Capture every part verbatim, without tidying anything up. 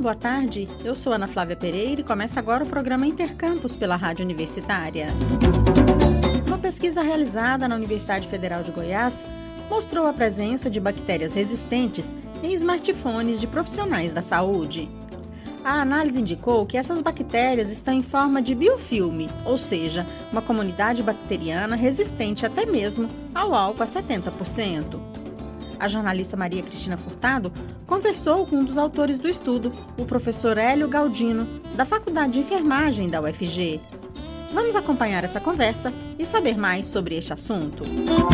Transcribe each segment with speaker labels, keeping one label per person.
Speaker 1: boa tarde. Eu sou Ana Flávia Pereira e começa agora o programa Intercampus pela Rádio Universitária. Uma pesquisa realizada na Universidade Federal de Goiás mostrou a presença de bactérias resistentes em smartphones de profissionais da saúde. A análise indicou que essas bactérias estão em forma de biofilme, ou seja, uma comunidade bacteriana resistente até mesmo ao álcool a setenta por cento. A jornalista Maria Cristina Furtado conversou com um dos autores do estudo, o professor Hélio Galdino, da Faculdade de Enfermagem da U F G. Vamos acompanhar essa conversa e saber mais sobre este assunto.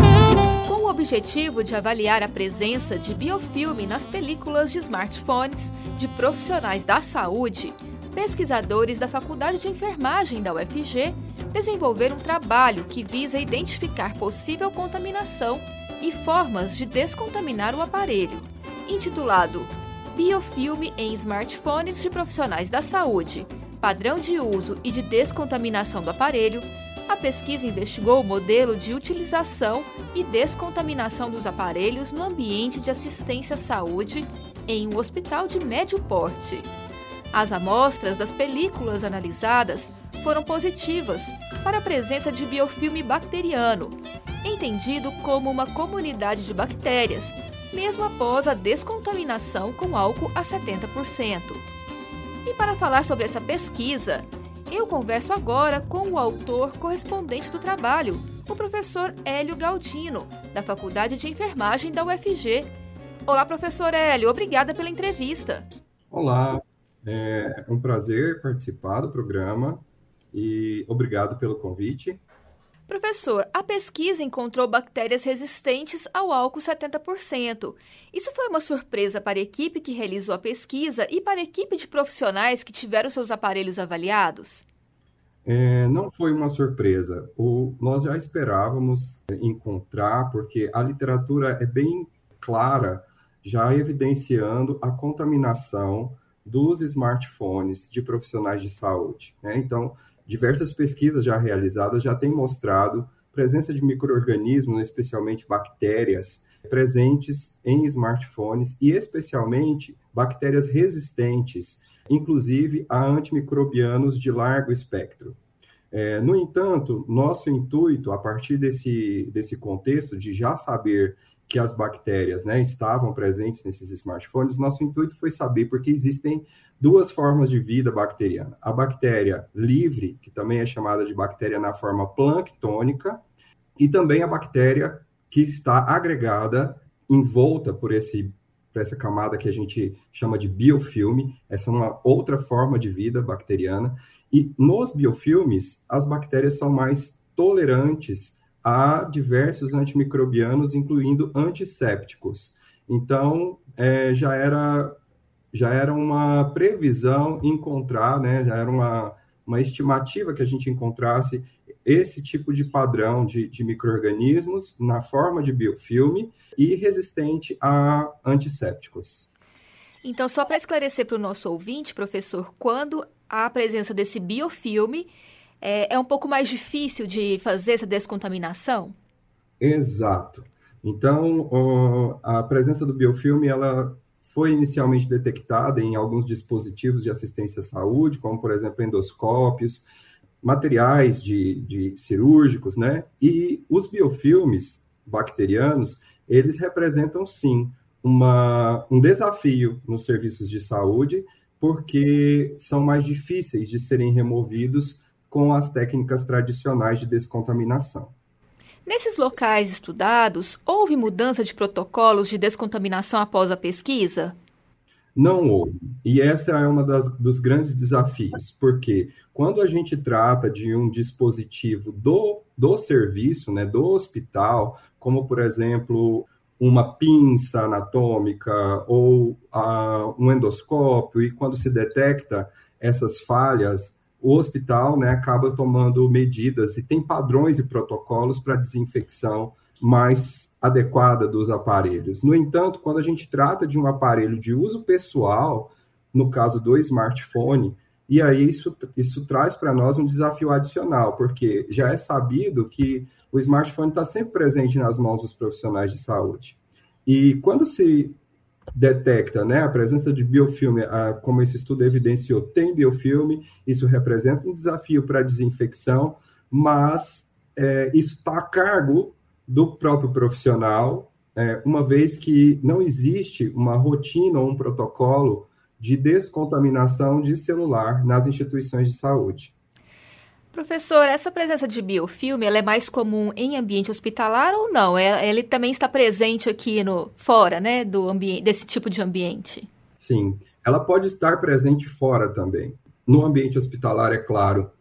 Speaker 2: Com o objetivo de avaliar a presença de biofilme nas películas de smartphones de profissionais da saúde, pesquisadores da Faculdade de Enfermagem da U F G desenvolveram um trabalho que visa identificar possível contaminação e formas de descontaminar o aparelho, intitulado Biofilme em Smartphones de Profissionais da Saúde, Padrão de Uso e de Descontaminação do Aparelho. A pesquisa investigou o modelo de utilização e descontaminação dos aparelhos no ambiente de assistência à saúde em um hospital de médio porte. As amostras das películas analisadas foram positivas para a presença de biofilme bacteriano, entendido como uma comunidade de bactérias, mesmo após a descontaminação com álcool a setenta por cento. E para falar sobre essa pesquisa, eu converso agora com o autor correspondente do trabalho, o professor Hélio Galdino, da Faculdade de Enfermagem da U F G. Olá, professor Hélio, obrigada pela entrevista.
Speaker 3: Olá, é um prazer participar do programa e obrigado pelo convite.
Speaker 2: Professor, a pesquisa encontrou bactérias resistentes ao álcool setenta por cento. Isso foi uma surpresa para a equipe que realizou a pesquisa e para a equipe de profissionais que tiveram seus aparelhos avaliados?
Speaker 3: É, não foi uma surpresa. O, nós já esperávamos encontrar, porque a literatura é bem clara, já evidenciando a contaminação dos smartphones de profissionais de saúde, né? Então, diversas pesquisas já realizadas já têm mostrado presença de micro-organismos, especialmente bactérias, presentes em smartphones e especialmente bactérias resistentes, inclusive a antimicrobianos de largo espectro. É, no entanto, nosso intuito, a partir desse, desse contexto de já saber que as bactérias, né, estavam presentes nesses smartphones, nosso intuito foi saber porque existem duas formas de vida bacteriana. A bactéria livre, que também é chamada de bactéria na forma planctônica, e também a bactéria que está agregada, envolta por, esse, por essa camada que a gente chama de biofilme. Essa é uma outra forma de vida bacteriana. E nos biofilmes, as bactérias são mais tolerantes a diversos antimicrobianos, incluindo antissépticos. Então, é, já era... já era uma previsão encontrar, né, já era uma, uma estimativa que a gente encontrasse esse tipo de padrão de, de micro-organismos na forma de biofilme e resistente a antissépticos.
Speaker 2: Então, só para esclarecer para o nosso ouvinte, professor, quando há a presença desse biofilme, é, é um pouco mais difícil de fazer essa descontaminação?
Speaker 3: Exato. Então, ó, a presença do biofilme, ela foi inicialmente detectada em alguns dispositivos de assistência à saúde, como, por exemplo, endoscópios, materiais de, de cirúrgicos, né? E os biofilmes bacterianos, eles representam, sim, uma, um desafio nos serviços de saúde, porque são mais difíceis de serem removidos com as técnicas tradicionais de descontaminação.
Speaker 2: Nesses locais estudados, houve mudança de protocolos de descontaminação após a pesquisa?
Speaker 3: Não houve. E essa é uma das, dos grandes desafios, porque quando a gente trata de um dispositivo do, do serviço, né, do hospital, como, por exemplo, uma pinça anatômica ou uh, um endoscópio, e quando se detecta essas falhas, o hospital, né, acaba tomando medidas e tem padrões e protocolos para desinfecção mais adequada dos aparelhos. No entanto, quando a gente trata de um aparelho de uso pessoal, no caso do smartphone, e aí isso, isso traz para nós um desafio adicional, porque já é sabido que o smartphone está sempre presente nas mãos dos profissionais de saúde. E quando se detecta, né, a presença de biofilme, a, como esse estudo evidenciou, tem biofilme, isso representa um desafio para a desinfecção, mas é, isso está a cargo do próprio profissional, é, uma vez que não existe uma rotina ou um protocolo de descontaminação de celular nas instituições de saúde.
Speaker 2: Professor, essa presença de biofilme, ela é mais comum em ambiente hospitalar ou não? Ele também está presente aqui no fora, né, do ambiente, desse tipo de ambiente?
Speaker 3: Sim, ela pode estar presente fora também. No ambiente hospitalar, é claro,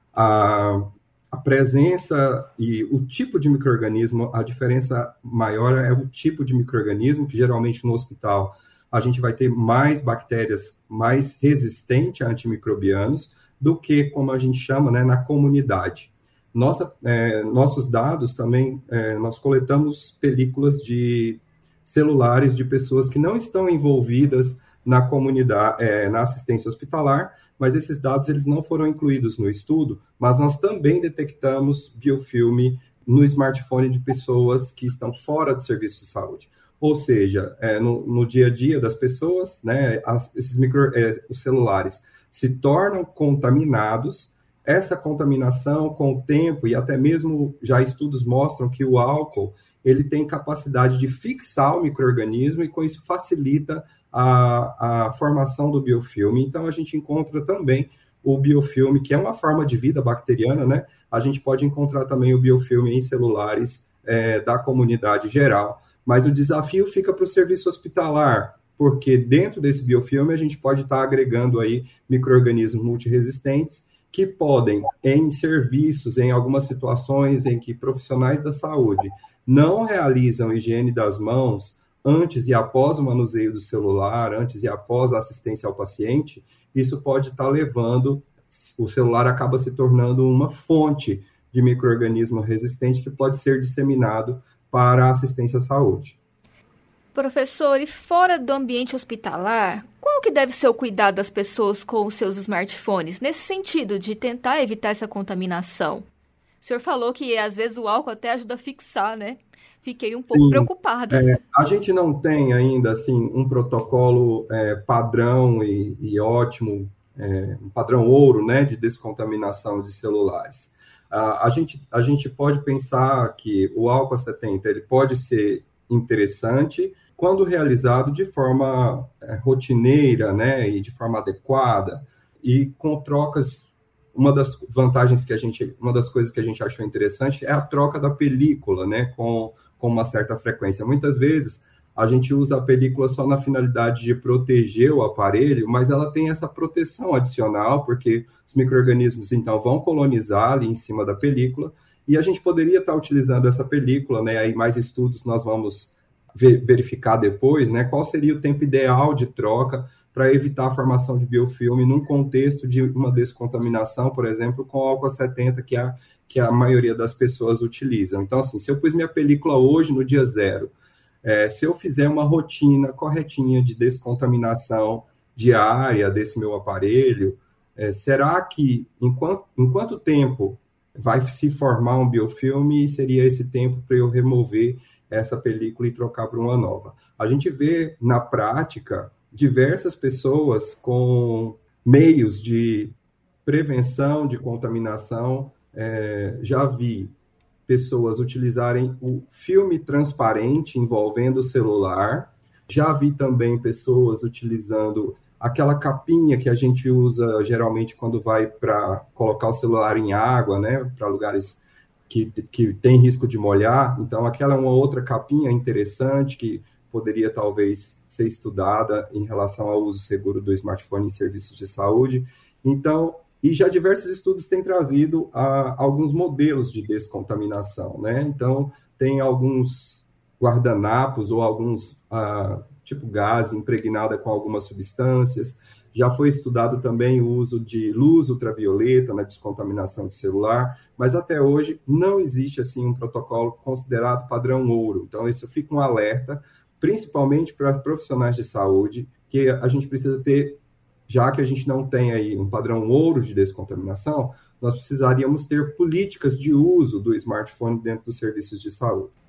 Speaker 3: a, a presença e o tipo de micro-organismo, a diferença maior é o tipo de micro-organismo, que geralmente no hospital a gente vai ter mais bactérias mais resistentes a antimicrobianos, do que, como a gente chama, né, na comunidade. Nossa, é, nossos dados também, é, nós coletamos películas de celulares de pessoas que não estão envolvidas na comunidade, é, na assistência hospitalar, mas esses dados eles não foram incluídos no estudo, mas nós também detectamos biofilme no smartphone de pessoas que estão fora do serviço de saúde. Ou seja, é, no, no dia a dia das pessoas, né, as, esses micro, é, os celulares se tornam contaminados. Essa contaminação, com o tempo, e até mesmo já estudos mostram que o álcool ele tem capacidade de fixar o micro-organismo e com isso facilita a, a formação do biofilme. Então, a gente encontra também o biofilme, que é uma forma de vida bacteriana, né? A gente pode encontrar também o biofilme em celulares é, da comunidade geral. Mas o desafio fica para o serviço hospitalar, porque dentro desse biofilme a gente pode estar agregando aí micro-organismos multiresistentes que podem, em serviços, em algumas situações em que profissionais da saúde não realizam higiene das mãos antes e após o manuseio do celular, antes e após a assistência ao paciente, isso pode estar levando, o celular acaba se tornando uma fonte de micro-organismo resistente que pode ser disseminado para a assistência à saúde.
Speaker 2: Professor, e fora do ambiente hospitalar, qual que deve ser o cuidado das pessoas com os seus smartphones, nesse sentido de tentar evitar essa contaminação? O senhor falou que às vezes o álcool até ajuda a fixar, né? Fiquei um Sim, pouco preocupada.
Speaker 3: É, a gente não tem ainda assim, um protocolo é, padrão e, e ótimo, é, um padrão ouro, né, de descontaminação de celulares. A, a, gente, a gente pode pensar que o álcool setenta ele pode ser interessante quando realizado de forma é, rotineira, né, e de forma adequada, e com trocas. Uma das vantagens que a gente, uma das coisas que a gente achou interessante é a troca da película, né, com, com uma certa frequência. Muitas vezes a gente usa a película só na finalidade de proteger o aparelho, mas ela tem essa proteção adicional, porque os micro-organismos, então, vão colonizar ali em cima da película, e a gente poderia estar utilizando essa película, né, aí mais estudos nós vamos verificar depois, né, qual seria o tempo ideal de troca para evitar a formação de biofilme num contexto de uma descontaminação, por exemplo, com álcool setenta, que a, que a maioria das pessoas utilizam. Então, assim, se eu pus minha película hoje, no dia zero, é, se eu fizer uma rotina corretinha de descontaminação diária desse meu aparelho, é, será que, em quanto, em quanto tempo vai se formar um biofilme e seria esse tempo para eu remover essa película e trocar por uma nova? A gente vê, na prática, diversas pessoas com meios de prevenção de contaminação. É, já vi pessoas utilizarem o filme transparente envolvendo o celular, já vi também pessoas utilizando aquela capinha que a gente usa geralmente quando vai para colocar o celular em água, né, para lugares que, que tem risco de molhar. Então, aquela é uma outra capinha interessante que poderia talvez ser estudada em relação ao uso seguro do smartphone em serviços de saúde. Então, e já diversos estudos têm trazido a, alguns modelos de descontaminação, né? Então, tem alguns guardanapos ou alguns, ah, tipo gás impregnada com algumas substâncias. Já foi estudado também o uso de luz ultravioleta na descontaminação de celular, mas até hoje não existe assim um protocolo considerado padrão ouro. Então, isso fica um alerta, principalmente para profissionais de saúde, que a gente precisa ter, já que a gente não tem aí um padrão ouro de descontaminação, nós precisaríamos ter políticas de uso do smartphone dentro dos serviços de saúde.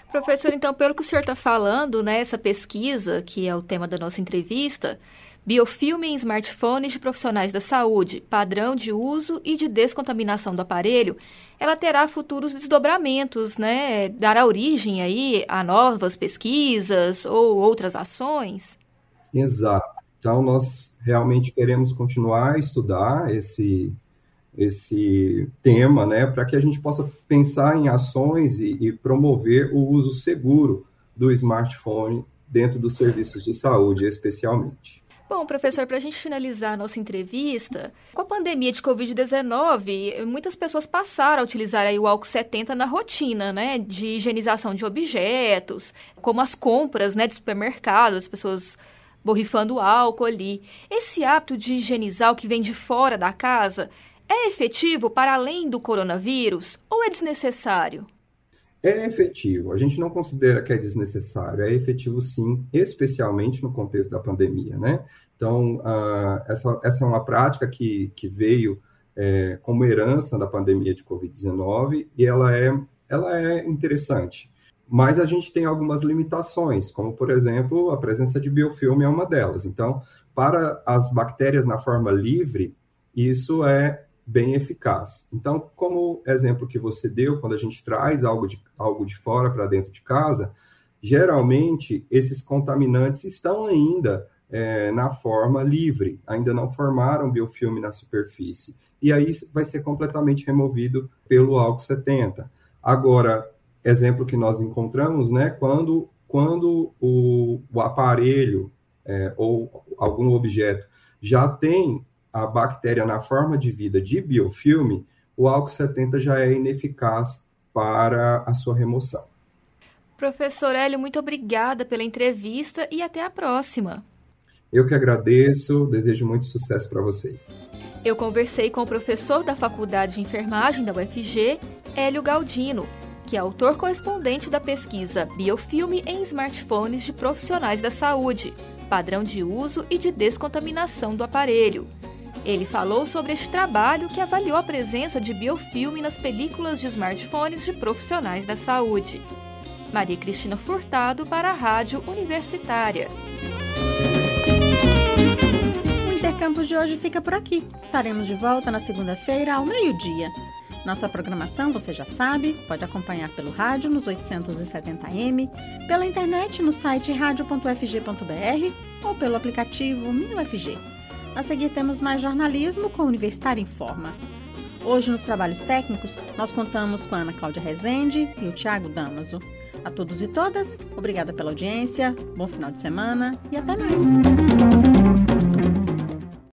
Speaker 2: Professor, então, pelo que o senhor está falando, né, essa pesquisa, que é o tema da nossa entrevista, biofilme em smartphones de profissionais da saúde, padrão de uso e de descontaminação do aparelho, ela terá futuros desdobramentos, né? Dará origem aí a novas pesquisas ou outras ações?
Speaker 3: Exato. Então, nós realmente queremos continuar a estudar esse, esse tema, né, para que a gente possa pensar em ações e, e promover o uso seguro do smartphone dentro dos serviços de saúde, especialmente.
Speaker 2: Bom, professor, para a gente finalizar a nossa entrevista, com a pandemia de covid dezenove, muitas pessoas passaram a utilizar aí o álcool setenta na rotina, né, de higienização de objetos, como as compras, né, de supermercado, as pessoas borrifando álcool ali. Esse hábito de higienizar o que vem de fora da casa é efetivo para além do coronavírus ou é desnecessário?
Speaker 3: É efetivo, a gente não considera que é desnecessário, é efetivo sim, especialmente no contexto da pandemia, né? Então, uh, essa, essa é uma prática que, que veio é, como herança da pandemia de covid dezenove e ela é, ela é interessante, mas a gente tem algumas limitações, como, por exemplo, a presença de biofilme é uma delas. Então, para as bactérias na forma livre, isso é bem eficaz. Então, como exemplo que você deu, quando a gente traz algo de, algo de fora para dentro de casa, geralmente esses contaminantes estão ainda é, na forma livre, ainda não formaram biofilme na superfície. E aí vai ser completamente removido pelo álcool setenta. Agora, exemplo que nós encontramos, né, quando, quando o, o aparelho é, ou algum objeto já tem a bactéria na forma de vida de biofilme, o álcool setenta já é ineficaz para a sua remoção.
Speaker 2: Professor Hélio, muito obrigada pela entrevista e até a próxima.
Speaker 3: Eu que agradeço, desejo muito sucesso para vocês.
Speaker 2: Eu conversei com o professor da Faculdade de Enfermagem da U F G, Hélio Galdino, que é autor correspondente da pesquisa Biofilme em Smartphones de Profissionais da Saúde, padrão de uso e de descontaminação do aparelho. Ele falou sobre este trabalho que avaliou a presença de biofilme nas películas de smartphones de profissionais da saúde. Maria Cristina Furtado para a Rádio Universitária.
Speaker 1: O Intercampus de hoje fica por aqui. Estaremos de volta na segunda-feira ao meio-dia. Nossa programação, você já sabe, pode acompanhar pelo rádio nos oitocentos e setenta A M, pela internet no site radio ponto f g ponto b r ou pelo aplicativo Minho F G. A seguir temos mais jornalismo com o Universitário Informa. Hoje, nos trabalhos técnicos, nós contamos com a Ana Cláudia Rezende e o Tiago Damaso. A todos e todas, obrigada pela audiência, bom final de semana e até mais!